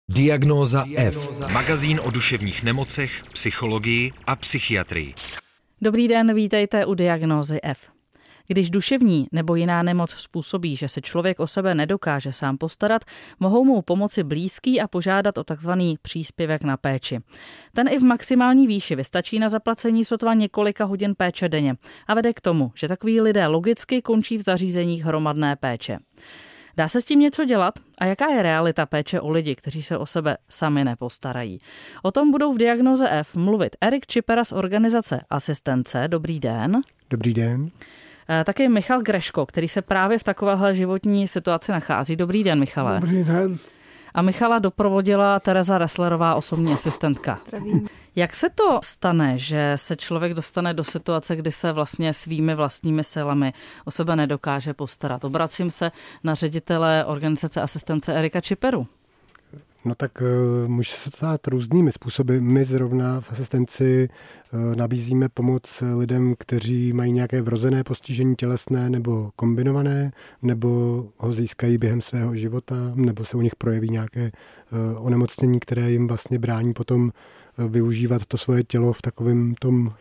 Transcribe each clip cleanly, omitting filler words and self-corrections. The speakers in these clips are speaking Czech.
Diagnóza F. Magazín o duševních nemocech, psychologii a psychiatrii. Dobrý den, vítejte u Diagnózy F. Když duševní nebo jiná nemoc způsobí, že se člověk o sebe nedokáže sám postarat, mohou mu pomoci blízký a požádat o takzvaný příspěvek na péči. Ten i v maximální výši vystačí na zaplacení sotva několika hodin péče denně a vede k tomu, že takoví lidé logicky končí v zařízeních hromadné péče. Dá se s tím něco dělat? A jaká je realita péče o lidi, kteří se o sebe sami nepostarají? O tom budou v Diagnóze F mluvit Erik Čipera z organizace Asistence. Dobrý den. Dobrý den. Taky Michal Greško, který se právě v takovéhle životní situaci nachází. Dobrý den, Michale. Dobrý den. A Michala doprovodila Tereza Resslerová, osobní asistentka. Zdravím. Jak se to stane, že se člověk dostane do situace, kdy se vlastně svými vlastními silami o sebe nedokáže postarat? Obracím se na ředitele organizace Asistence Erika Čiperu. No tak může se to stát různými způsoby. My zrovna v asistenci nabízíme pomoc lidem, kteří mají nějaké vrozené postižení tělesné nebo kombinované, nebo ho získají během svého života, nebo se u nich projeví nějaké onemocnění, které jim vlastně brání potom využívat to svoje tělo v takovém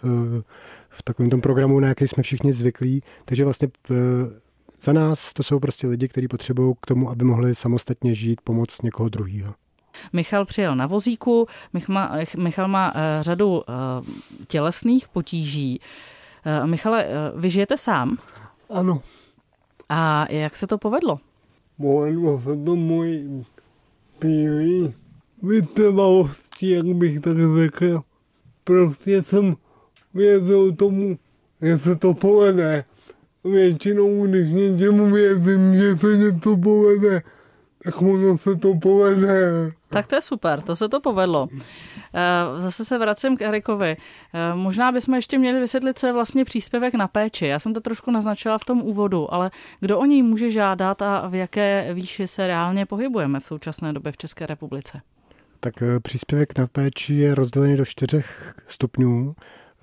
tom programu, na jaký jsme všichni zvyklí. Takže vlastně za nás to jsou prostě lidi, kteří potřebují k tomu, aby mohli samostatně žít, pomoc někoho druhého. Michal přijel na vozíku, Michal má řadu tělesných potíží. Michale, vy žijete sám? Ano. A jak se to povedlo? Povedlo se to mojí pílí vytrvalosti, jak bych tak řekl. Prostě jsem věřil tomu, že se to povede. Většinou, když něčemu věřím, že se něco povede, tak ono se to povede. Tak to je super, to se to povedlo. Zase se vracím k Erikovi. Možná bychom ještě měli vysvětlit, co je vlastně příspěvek na péči. Já jsem to trošku naznačila v tom úvodu, ale kdo o něj může žádat a v jaké výši se reálně pohybujeme v současné době v České republice? Tak příspěvek na péči je rozdělený do 4 stupňů.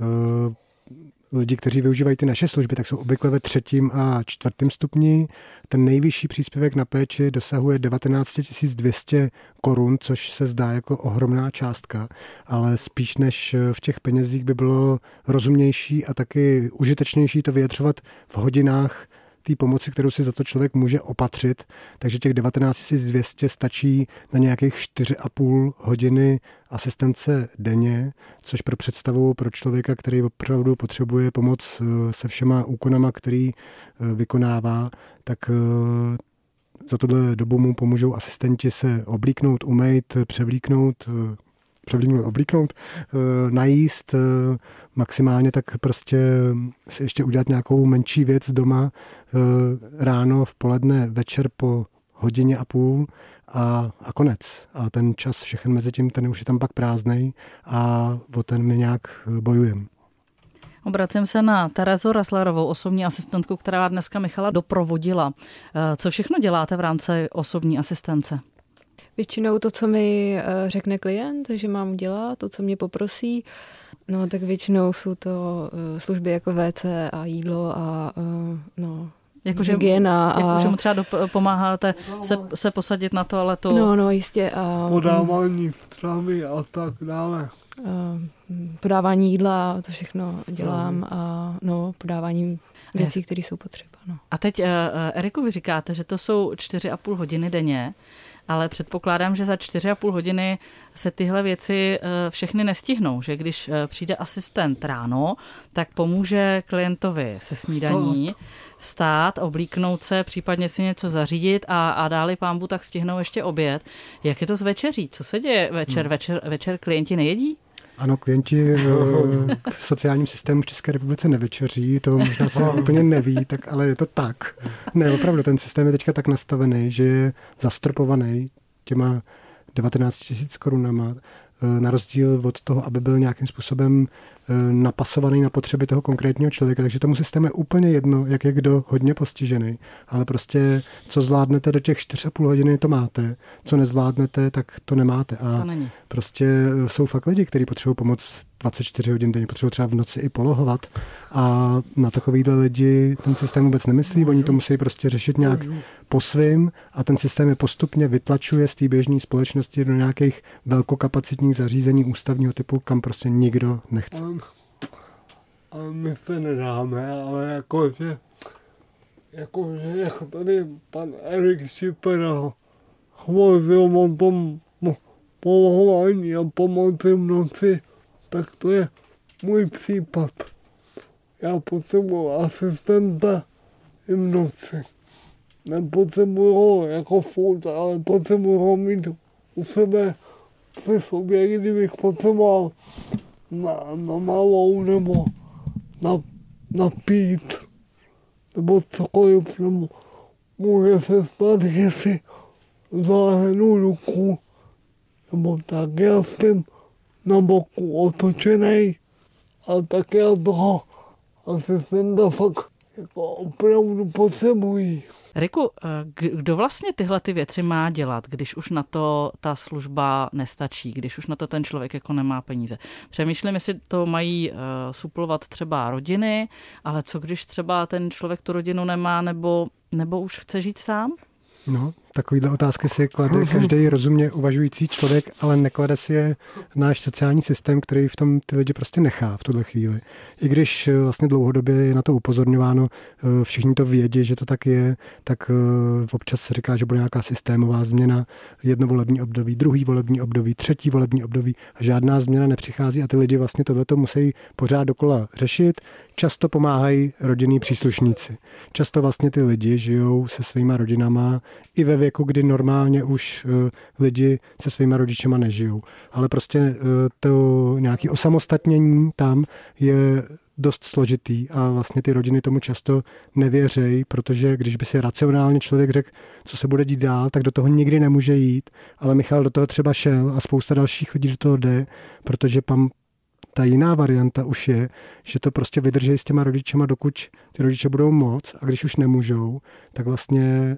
Lidi, kteří využívají ty naše služby, tak jsou obvykle ve 3. a 4. stupni. Ten nejvyšší příspěvek na péči dosahuje 19 200 korun, což se zdá jako ohromná částka, ale spíš než v těch penězích by bylo rozumnější a taky užitečnější to vyjadřovat v hodinách té pomoci, kterou si za to člověk může opatřit. Takže těch 19 200 stačí na nějakých 4,5 hodiny asistence denně, což pro představu pro člověka, který opravdu potřebuje pomoc se všema úkonama, který vykonává, tak za tuhle dobu mu pomůžou asistenti se oblíknout, umýt, oblíknout, najíst, maximálně tak prostě si ještě udělat nějakou menší věc doma ráno, v poledne, večer po 1,5 hodiny a konec. A ten čas všechen mezi tím, ten už je tam pak prázdnej a o ten my nějak bojujeme. Obracím se na Terezu Resslerovou, osobní asistentku, která dneska Michala doprovodila. Co všechno děláte v rámci osobní asistence? Většinou to, co mi řekne klient, že mám udělat, to, co mě poprosí, no tak většinou jsou to služby jako WC a jídlo a hygiena. Jakože mu třeba pomáháte se posadit na toaletu. No, jistě. Podávání stravy a tak dále. Podávání jídla, to všechno dělám a podávání věcí, které jsou potřeba. No. A teď, Eriku, vy říkáte, že to jsou 4,5 hodiny denně, ale předpokládám, že za 4,5 hodiny se tyhle věci všechny nestihnou, že když přijde asistent ráno, tak pomůže klientovi se snídaní, vstát, oblíknout se, případně si něco zařídit a dáli pánbu tak stihnou ještě oběd. Jak je to s večeří? Co se děje večer klienti nejedí? Ano, klienti v sociálním systému v České republice nevečeří, to možná se úplně neví, tak, ale je to tak. Ne, opravdu, ten systém je teďka tak nastavený, že je zastropovaný těma 19 000 korunama, na rozdíl od toho, aby byl nějakým způsobem napasovaný na potřeby toho konkrétního člověka. Takže tomu systému je úplně jedno, jak je kdo hodně postižený, ale prostě co zvládnete do těch 4,5 hodiny, to máte, co nezvládnete, tak to nemáte. A to není. Prostě jsou fakt lidi, kteří potřebují pomoc 24 hodin denně, potřebují třeba v noci i polohovat a na takovýhle lidi ten systém vůbec nemyslí, oni to musí prostě řešit nějak po svým a ten systém je postupně vytlačuje z té běžné společnosti do nějakých velkokapacitních zařízení ústavního typu, kam prostě nikdo nechce. Ale my se nedáme, ale jakože jak tady pan Erik Šipera hovořil o tom polohování a pomoci v noci, tak to je můj případ. Já potřebuji asistenta i v noci. Nepotřebuji ho jako furt, ale potřebuji ho mít u sebe při sobě, kdybych potřeboval na malou nebo na pít, nebo cokoliv, nebo může se stát, že si záhnu ruku, nebo tak já jsem na boku otočenej a tak já toho asistenta fakt jako opravdu potřebují. Riku, kdo vlastně tyhle ty věci má dělat, když už na to ta služba nestačí, když už na to ten člověk jako nemá peníze? Přemýšlím, jestli to mají suplovat třeba rodiny, ale co když třeba ten člověk tu rodinu nemá nebo už chce žít sám? No, takovýhle otázky si klade každý rozumně uvažující člověk, ale neklade si je náš sociální systém, který v tom ty lidi prostě nechá v tuhle chvíli. I když vlastně dlouhodobě je na to upozorňováno, všichni to vědí, že to tak je, tak občas se říká, že bude nějaká systémová změna, jedno volební období, druhý volební období, třetí volební období a žádná změna nepřichází a ty lidi vlastně tohleto musí pořád dokola řešit. Často pomáhají rodinní příslušníci. Často vlastně ty lidi žijou se svýma rodinama i ve věku, kdy normálně už lidi se svýma rodičema nežijou. Ale prostě to nějaké osamostatnění tam je dost složitý a vlastně ty rodiny tomu často nevěřejí, protože když by si racionálně člověk řekl, co se bude dít dál, tak do toho nikdy nemůže jít. Ale Michal do toho třeba šel a spousta dalších lidí do toho jde, protože ta jiná varianta už je, že to prostě vydrží s těma rodičema, dokud ty rodiče budou moc a když už nemůžou, tak vlastně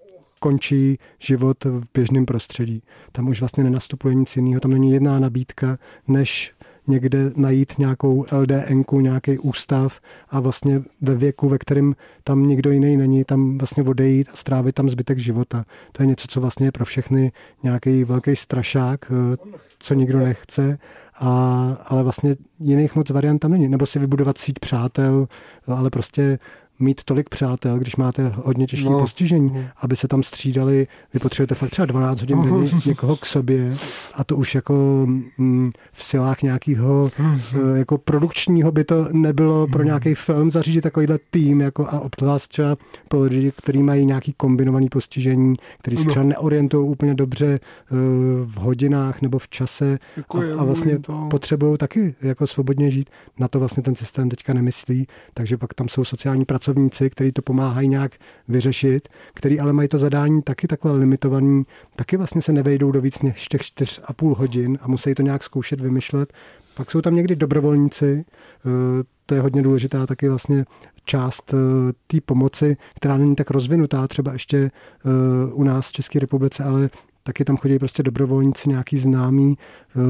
končí život v běžném prostředí. Tam už vlastně nenastupuje nic jiného, tam není jedna nabídka, než někde najít nějakou LDNku, nějaký ústav a vlastně ve věku, ve kterém tam nikdo jiný není, tam vlastně odejít a strávit tam zbytek života. To je něco, co vlastně je pro všechny nějaký velký strašák, co nikdo nechce, ale vlastně jiných moc variant tam není. Nebo si vybudovat síť přátel, ale prostě mít tolik přátel, když máte hodně těžké postižení, aby se tam střídali, vy potřebujete fakt třeba 12 hodin denně někoho k sobě a to už jako v silách nějakého jako produkčního by to nebylo pro nějaký film zařídit takovýhle tým jako a obzvlášť třeba pro lidi, kteří mají nějaký kombinovaný postižení, který se třeba neorientují úplně dobře v hodinách nebo v čase a vlastně potřebují taky jako svobodně žít. Na to vlastně ten systém teďka nemyslí, takže pak tam jsou sociální pracovníci, kteří to pomáhají nějak vyřešit, který ale mají to zadání taky takhle limitovaný, taky vlastně se nevejdou do víc než těch 4,5 hodin a musí to nějak zkoušet vymýšlet. Pak jsou tam někdy dobrovolníci, to je hodně důležitá taky vlastně část té pomoci, která není tak rozvinutá třeba ještě u nás v České republice, ale taky tam chodí prostě dobrovolníci, nějaký známí,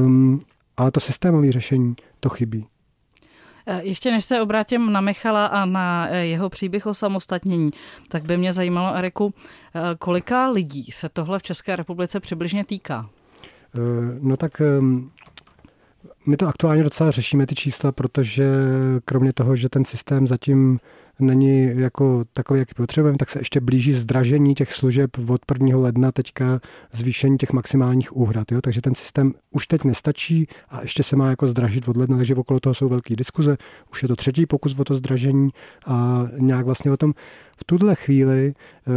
ale to systémové řešení, to chybí. Ještě než se obrátím na Michala a na jeho příběh o samostatnění, tak by mě zajímalo, Eriku, kolika lidí se tohle v České republice přibližně týká? No tak my to aktuálně docela řešíme ty čísla, protože kromě toho, že ten systém zatím není jako takový, jaký potřebujeme, tak se ještě blíží zdražení těch služeb od 1. ledna teďka zvýšení těch maximálních úhrad. Jo? Takže ten systém už teď nestačí a ještě se má jako zdražit od ledna, takže okolo toho jsou velké diskuze. Už je to 3. pokus o to zdražení a nějak vlastně o tom v tuhle chvíli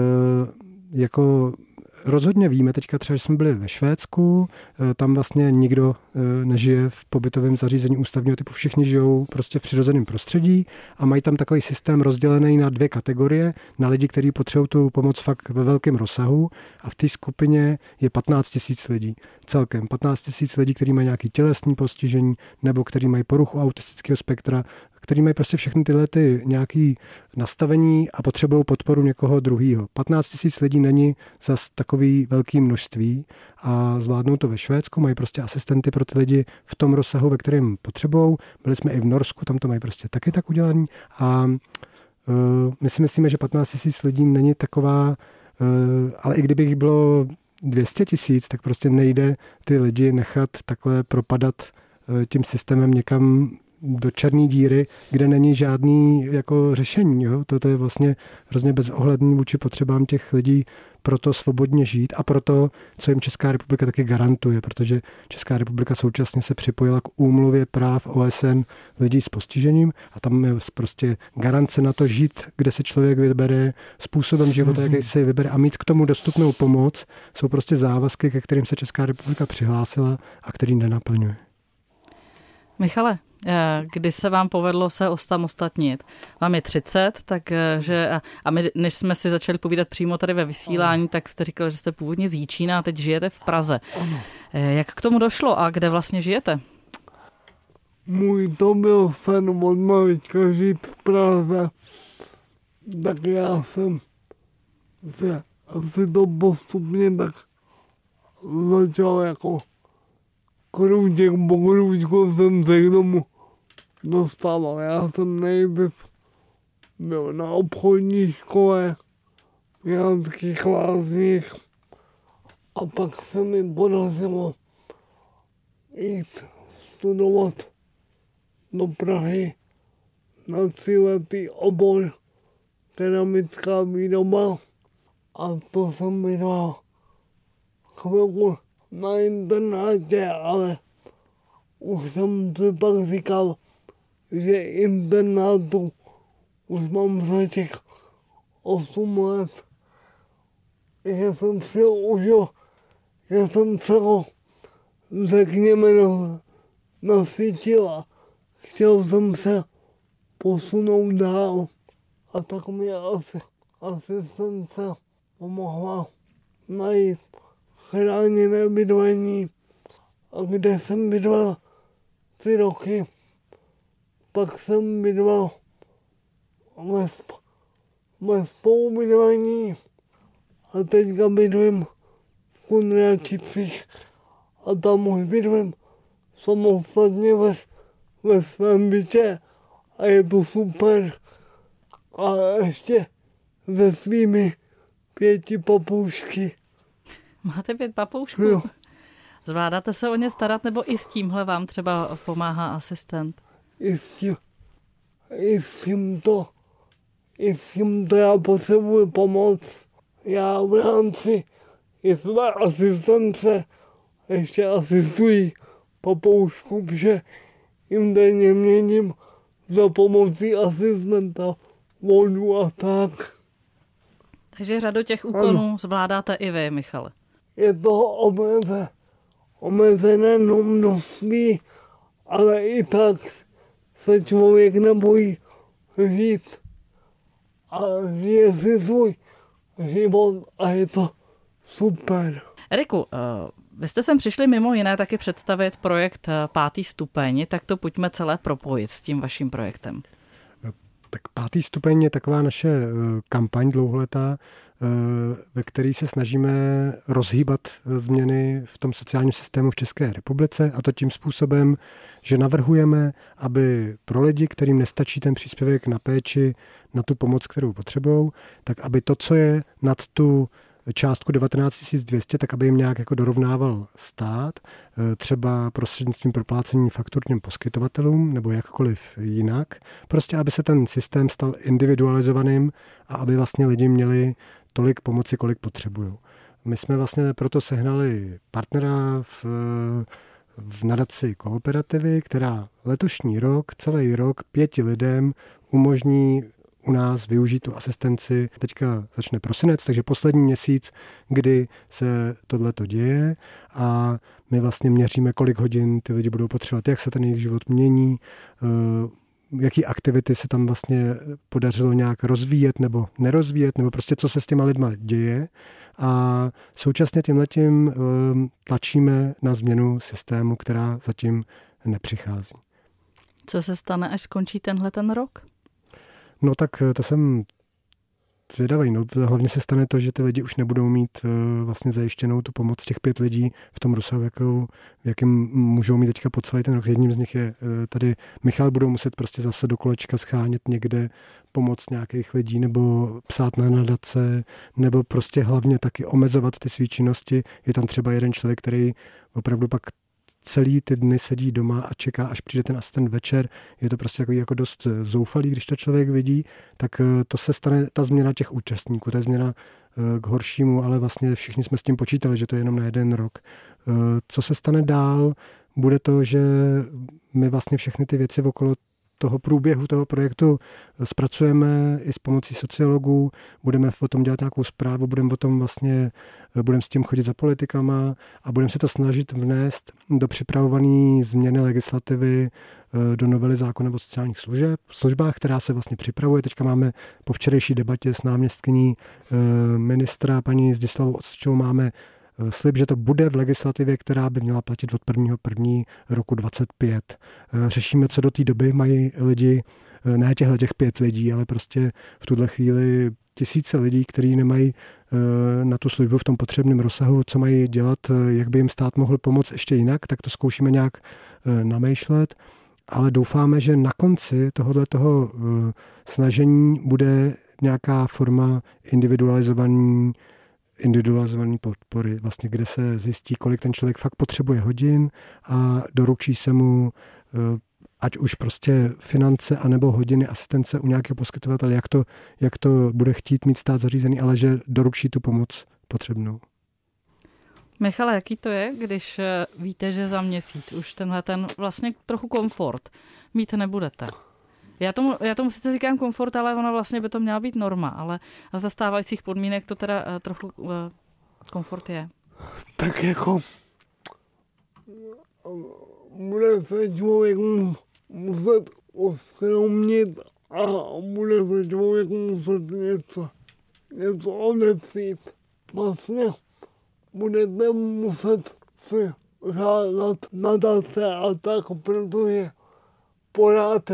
jako rozhodně víme, teďka třeba, že jsme byli ve Švédsku, tam vlastně nikdo nežije v pobytovém zařízení ústavního typu, všichni žijou prostě v přirozeném prostředí a mají tam takový systém rozdělený na 2 kategorie, na lidi, kteří potřebují tu pomoc fakt ve velkém rozsahu a v té skupině je 15 000 lidí. Celkem 15 000 lidí, kteří mají nějaké tělesné postižení nebo kteří mají poruchu autistického spektra, který mají prostě všechny tyhle ty nějaké nastavení a potřebují podporu někoho druhého. 15 000 lidí není zas takový velký množství a zvládnou to ve Švédsku, mají prostě asistenty pro ty lidi v tom rozsahu, ve kterém potřebují. Byli jsme i v Norsku, tam to mají prostě taky tak udělaný a my si myslíme, že 15 000 lidí není taková, ale i kdyby jich bylo 200 000, tak prostě nejde ty lidi nechat takhle propadat tím systémem někam do černé díry, kde není žádný jako řešení. Jo? To je vlastně hrozně bezohledný vůči potřebám těch lidí proto svobodně žít a proto, co jim Česká republika taky garantuje, protože Česká republika současně se připojila k úmluvě práv OSN lidí s postižením a tam je prostě garance na to žít, kde se člověk vybere, způsobem života, jaký si vybere a mít k tomu dostupnou pomoc, jsou prostě závazky, ke kterým se Česká republika přihlásila a který nenaplňuje. Michale, kdy se vám povedlo se osamostatnit? Vám je 30, takže a my, než jsme si začali povídat přímo tady ve vysílání, tak jste říkal, že jste původně z Jíčína a teď žijete v Praze. Jak k tomu došlo a kde vlastně žijete? Můj to byl sen od malička žít v Praze, tak já jsem se asi to postupně tak začal jako krůček po krůčku jsem se k tomu dostával. Já jsem nejdřív byl na obchodní škole v Janských Lázních a pak se mi podařilo jít studovat do Prahy na 3letý obor keramická výroba a to jsem vydal chvilku na internátě, ale už jsem si pak říkal, že internátu už mám za těch 8 let, že jsem si užil, že jsem se ho, řekněme, nasytil. Chtěl jsem se posunout dál a tak mi asistence pomohla najít chráněné bydlení, a kde jsem bydlel 3 roky. Pak jsem bydlel ve spolubydlení a teďka bydlím v Kunraticích a tam už bydlím samostatně ve svém bytě a je to super. A ještě se svými 5 papoušky. Máte 5 papoušků? Jo. Zvládáte se o ně starat, nebo i s tímhle vám třeba pomáhá asistent? I s tímto já potřebuji pomoc. Já v rámci i své asistence ještě asistuji papouškům, že jim denně měním za pomocí asistenta vodu a tak. Takže řadu těch úkonů zvládáte i vy, Michale. Je to omezené množství, ale i tak se člověk nebojí žít a žije si svůj život a je to super. Eriku, vy jste sem přišli mimo jiné taky představit projekt 5. stupeň, tak to pojďme celé propojit s tím vaším projektem. Tak 5. stupeň je taková naše kampaň dlouholetá, ve které se snažíme rozhýbat změny v tom sociálním systému v České republice, a to tím způsobem, že navrhujeme, aby pro lidi, kterým nestačí ten příspěvek na péči, na tu pomoc, kterou potřebují, tak aby to, co je nad tu částku 19 200, tak aby jim nějak jako dorovnával stát, třeba prostřednictvím proplácení faktur těm poskytovatelům nebo jakkoliv jinak. Prostě, aby se ten systém stal individualizovaným a aby vlastně lidi měli tolik pomoci, kolik potřebují. My jsme vlastně proto sehnali partnera v nadaci Kooperativy, která letošní rok, celý rok 5 lidem umožní u nás využít tu asistenci. Teďka začne prosinec, takže poslední měsíc, kdy se tohleto děje a my vlastně měříme, kolik hodin ty lidi budou potřebovat, jak se ten jejich život mění, jaký aktivity se tam vlastně podařilo nějak rozvíjet nebo nerozvíjet, nebo prostě co se s těma lidma děje. A současně tímhletím tlačíme na změnu systému, která zatím nepřichází. Co se stane, až skončí ten rok? No tak to jsem zvědavý. No, hlavně se stane to, že ty lidi už nebudou mít vlastně zajištěnou tu pomoc těch 5 lidí v tom rozsahu, v jakém můžou mít teďka po celý ten rok. Jedním z nich je tady Michal, budou muset prostě zase do kolečka schánět někde pomoc nějakých lidí nebo psát na nadace, nebo prostě hlavně taky omezovat ty své činnosti. Je tam třeba jeden člověk, který opravdu pak celý ty dny sedí doma a čeká, až přijde ten asistent večer. Je to prostě jako dost zoufalý, když to člověk vidí, tak to se stane ta změna těch účastníků, ta změna k horšímu, ale vlastně všichni jsme s tím počítali, že to je jenom na 1 rok. Co se stane dál, bude to, že my vlastně všechny ty věci okolo toho průběhu toho projektu zpracujeme i s pomocí sociologů, budeme o tom dělat nějakou zprávu, budeme s tím chodit za politikama a budeme se to snažit vnést do připravované změny legislativy, do novely zákona o sociálních službách, která se vlastně připravuje. Teďka máme po včerejší debatě s náměstkyní ministra paní Zdislavou Ocčovou máme slib, že to bude v legislativě, která by měla platit od 1.1. roku 2025. Řešíme, co do té doby mají lidi, ne těch 5 lidí, ale prostě v tuhle chvíli tisíce lidí, kteří nemají na tu službu v tom potřebném rozsahu, co mají dělat, jak by jim stát mohl pomoct ještě jinak, tak to zkoušíme nějak namýšlet, ale doufáme, že na konci tohoto snažení bude nějaká forma individualizované podpory, vlastně, kde se zjistí, kolik ten člověk fakt potřebuje hodin a doručí se mu ať už prostě finance anebo hodiny asistence u nějakého poskytovatele, jak to bude chtít mít stát zařízený, ale že doručí tu pomoc potřebnou. Michale, jaký to je, když víte, že za měsíc už ten vlastně trochu komfort mít nebudete? Já tomu sice říkám komfort, ale ona vlastně by to měla být norma, ale za stávajících podmínek to teda trochu komfort je. Tak jako bude se člověk muset oskromnit a bude se člověk muset něco odepřít. Vlastně budete muset si žádat nadace a tak, protože pořád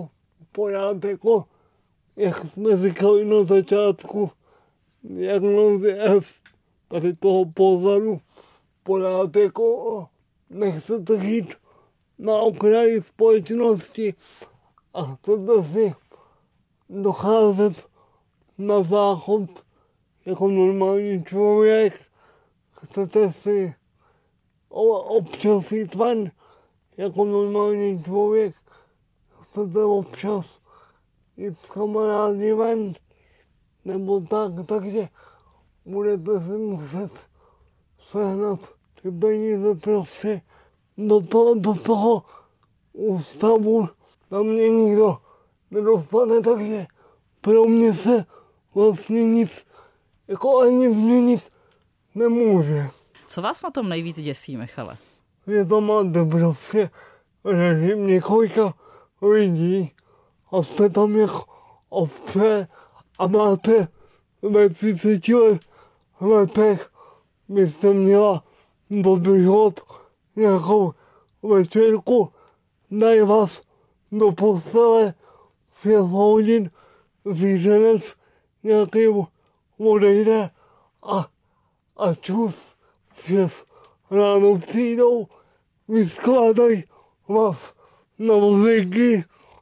jako, jak jsme říkali na začátku, diagnózy F, tady toho pozoru, pořád jako nechcete žít na okraji společnosti a chcete si docházet na záchod jako normální člověk, chcete si občas jít ven jako normální člověk, chcete občas jít s kamarády ven, nebo tak, takže budete si muset sehnat ty peníze prostě do toho ústavu, tam mě nikdo nedostane, takže pro mě se vlastně nic jako ani změnit nemůže. Co vás na tom nejvíc děsí, Michale? Že to máte prostě režim několika lidí a jste tam jako ovce a máte ve 30 letech byste měla dodržovat nějakou večerku, dají vás do postele 6 hodin, zvířenec nějaký odejde a čus 6 ráno přijdou, vyskládají vás na vozíky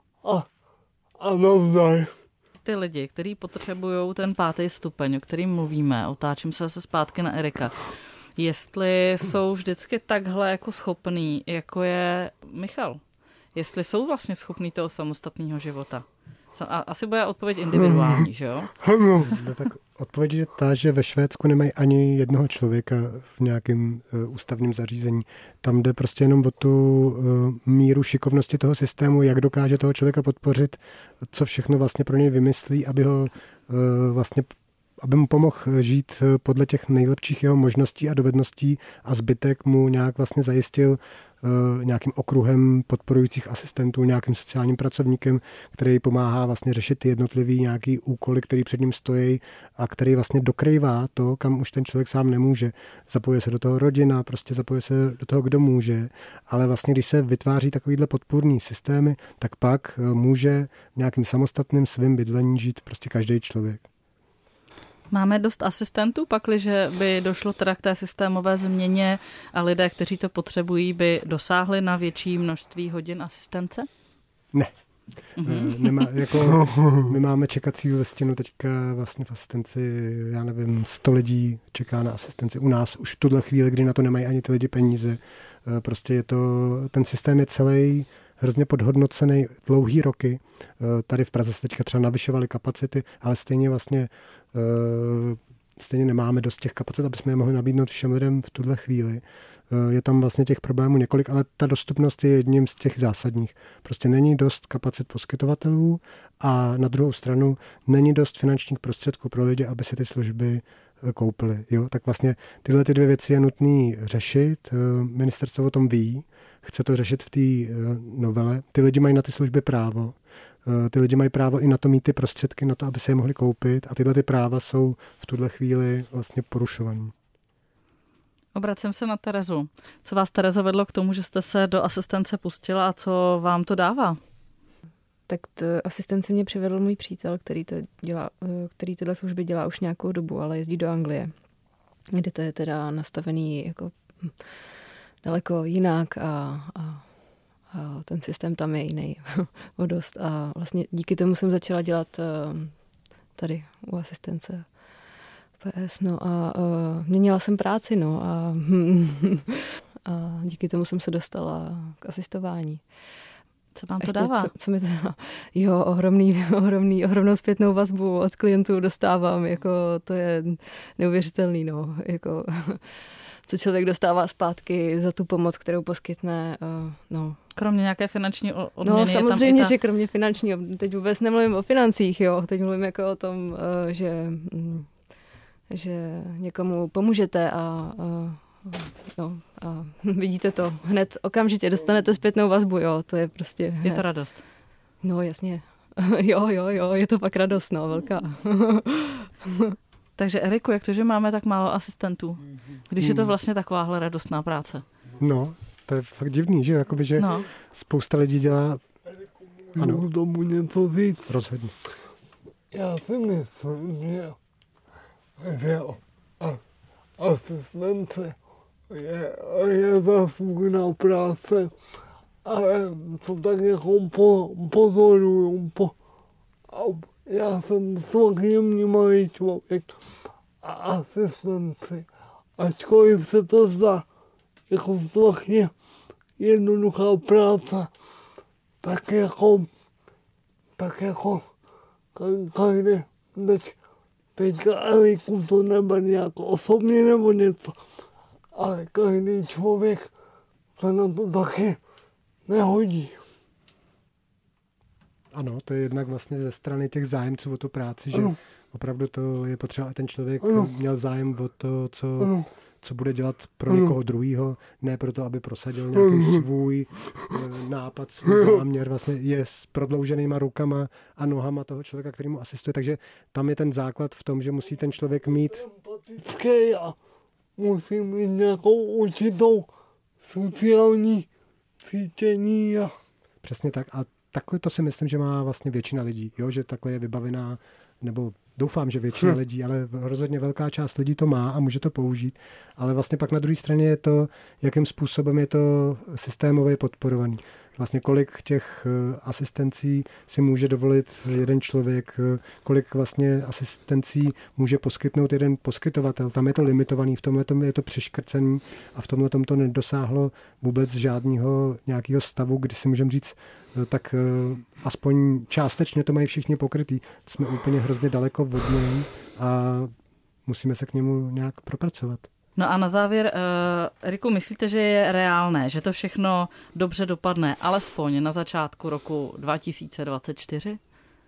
a nazdar. Ty lidi, kteří potřebují ten 5. stupeň, o kterým mluvíme, otáčím se zase zpátky na Erika, jestli jsou vždycky takhle jako schopný, jako je Michal. Jestli jsou vlastně schopní toho samostatného života. Asi bude odpověď individuální, že jo? No, tak odpověď je ta, že ve Švédsku nemají ani jednoho člověka v nějakém ústavním zařízení. Tam jde prostě jenom o tu míru šikovnosti toho systému, jak dokáže toho člověka podpořit, co všechno vlastně pro něj vymyslí, aby mu pomohl žít podle těch nejlepších jeho možností a dovedností a zbytek mu nějak vlastně zajistil nějakým okruhem podporujících asistentů, nějakým sociálním pracovníkem, který pomáhá vlastně řešit ty jednotlivý nějaký úkoly, který před ním stojí a který vlastně dokrývá to, kam už ten člověk sám nemůže. Zapojuje se do toho rodina, prostě zapojuje se do toho, kdo může, ale vlastně když se vytváří takovýhle podpůrný systémy, tak pak může nějakým samostatným svým bydlení žít prostě každý člověk. Máme dost asistentů, pakliže by došlo teda k té systémové změně a lidé, kteří to potřebují, by dosáhli na větší množství hodin asistence? Ne. My máme čekací listinu teďka vlastně v asistenci, já nevím, 100 lidí čeká na asistenci u nás už v tuhle chvíli, kdy na to nemají ani ty lidi peníze. Prostě ten systém je celý hrozně podhodnocený dlouhý roky. Tady v Praze se teďka třeba navyšovaly kapacity, ale stejně nemáme dost těch kapacit, aby jsme je mohli nabídnout všem lidem v tuhle chvíli. Je tam vlastně těch problémů několik, ale ta dostupnost je jedním z těch zásadních. Prostě není dost kapacit poskytovatelů a na druhou stranu není dost finančních prostředků pro lidi, aby si ty služby koupili. Jo? Tak vlastně tyhle ty dvě věci je nutný řešit. Ministerstvo o tom ví, chce to řešit v té novele. Ty lidi mají na ty služby právo. Ty lidi mají právo i na to mít ty prostředky, na to, aby se je mohli koupit a tyhle ty práva jsou v tuhle chvíli vlastně porušovaný. Obracím se na Terezu. Co vás, Terezo, vedlo k tomu, že jste se do asistence pustila a co vám to dává? Tak asistenci mě přivedl můj přítel, který tyhle služby dělá už nějakou dobu, ale jezdí do Anglie, kde to je teda nastavený jako daleko jinak a ten systém tam je jiný o dost. A vlastně díky tomu jsem začala dělat tady u asistence PS, no a měnila jsem práci, no a díky tomu jsem se dostala k asistování. Co vám to dává? Co mi to dává? Jo, ohromnou zpětnou vazbu od klientů dostávám, jako to je neuvěřitelný, no, jako co člověk dostává zpátky za tu pomoc, kterou poskytne, no. Kromě nějaké finanční odměny? No samozřejmě, že kromě finanční, teď vůbec nemluvím o financích, jo, teď mluvím jako o tom, že někomu pomůžete a vidíte to hned okamžitě, dostanete zpětnou vazbu, jo, to je prostě hned. Je to radost? No jasně, jo, je to pak radost, no, velká. Takže Eriku, jak to, že máme tak málo asistentů, když je to vlastně takováhle radostná práce? No, to je fakt divný, že? Jakoby, že spousta lidí dělá... Ano. Můžu tomu něco říct? Rozhodně. Já si myslím, že asistence je zaslužná práce, ale co tak jako pozoruju, já jsem strašně vnímavý člověk a asistenci, ačkoliv se to zdá jako strašně jednoduchá práce, tak jako každý teďka Eriku to nebude nějak osobně nebo něco, ale každý člověk se na to taky nehodí. Ano, to je jednak vlastně ze strany těch zájemců o tu práci, že opravdu to je potřeba, aby ten člověk měl zájem o to, co bude dělat pro někoho druhýho, ne proto, aby prosadil nějaký svůj nápad, svůj záměr, vlastně je s prodlouženýma rukama a nohama toho člověka, který mu asistuje, takže tam je ten základ v tom, že musí ten člověk mít... Musí mít nějakou určitou sociální cítění. Přesně tak a takhle to si myslím, že má vlastně většina lidí, jo? Že takhle je vybavená, nebo doufám, že většina lidí, ale rozhodně velká část lidí to má a může to použít, ale vlastně pak na druhé straně je to, jakým způsobem je to systémově podporovaný. Vlastně kolik těch asistencí si může dovolit jeden člověk, kolik vlastně asistencí může poskytnout jeden poskytovatel. Tam je to limitovaný, v tomhle je to přiškrcený a v tomhle to nedosáhlo vůbec žádného nějakého stavu, kdy si můžeme říct, tak aspoň částečně to mají všichni pokrytý. Jsme úplně hrozně daleko od něj a musíme se k němu nějak propracovat. No a na závěr, Eriku, myslíte, že je reálné, že to všechno dobře dopadne, alespoň na začátku roku 2024?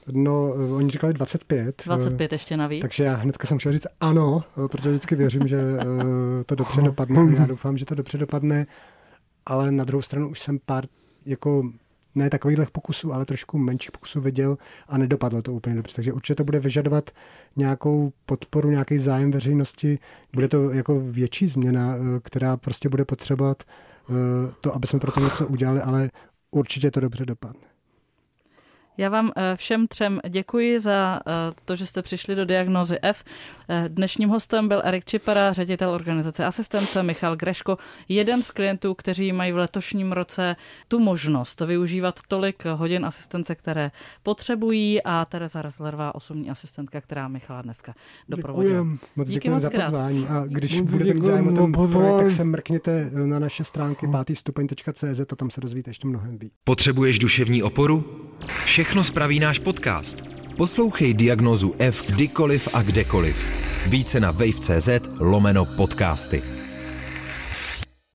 No, oni říkali 25. 25 ještě navíc. Takže já hnedka jsem chtěl říct ano, protože vždycky věřím, že to dobře dopadne. Já doufám, že to dobře dopadne, ale na druhou stranu už jsem pár jako ne takovýchhle pokusů, ale trošku menších pokusů viděl a nedopadlo to úplně dobře. Takže určitě to bude vyžadovat nějakou podporu, nějaký zájem veřejnosti. Bude to jako větší změna, která prostě bude potřebovat to, aby jsme pro to něco udělali, ale určitě to dobře dopadne. Já vám všem třem děkuji za to, že jste přišli do Diagnózy F. Dnešním hostem byl Erik Čipara, ředitel organizace Asistence, Michal Greško, jeden z klientů, kteří mají v letošním roce tu možnost využívat tolik hodin asistence, které potřebují, a Tereza Resslerová, osobní asistentka, která Michala dneska doprovodila. Moc děkuji za pozvání a když budete mít zájem o ten projekt, tak se mrkněte na naše stránky 5stupeň.cz a tam se dozvíte ještě mnohem víc. Potřebuješ duševní oporu? Všechno spraví náš podcast. Poslouchej Diagnózu F kdykoliv a kdekoliv. Více na wave.cz/podcasty.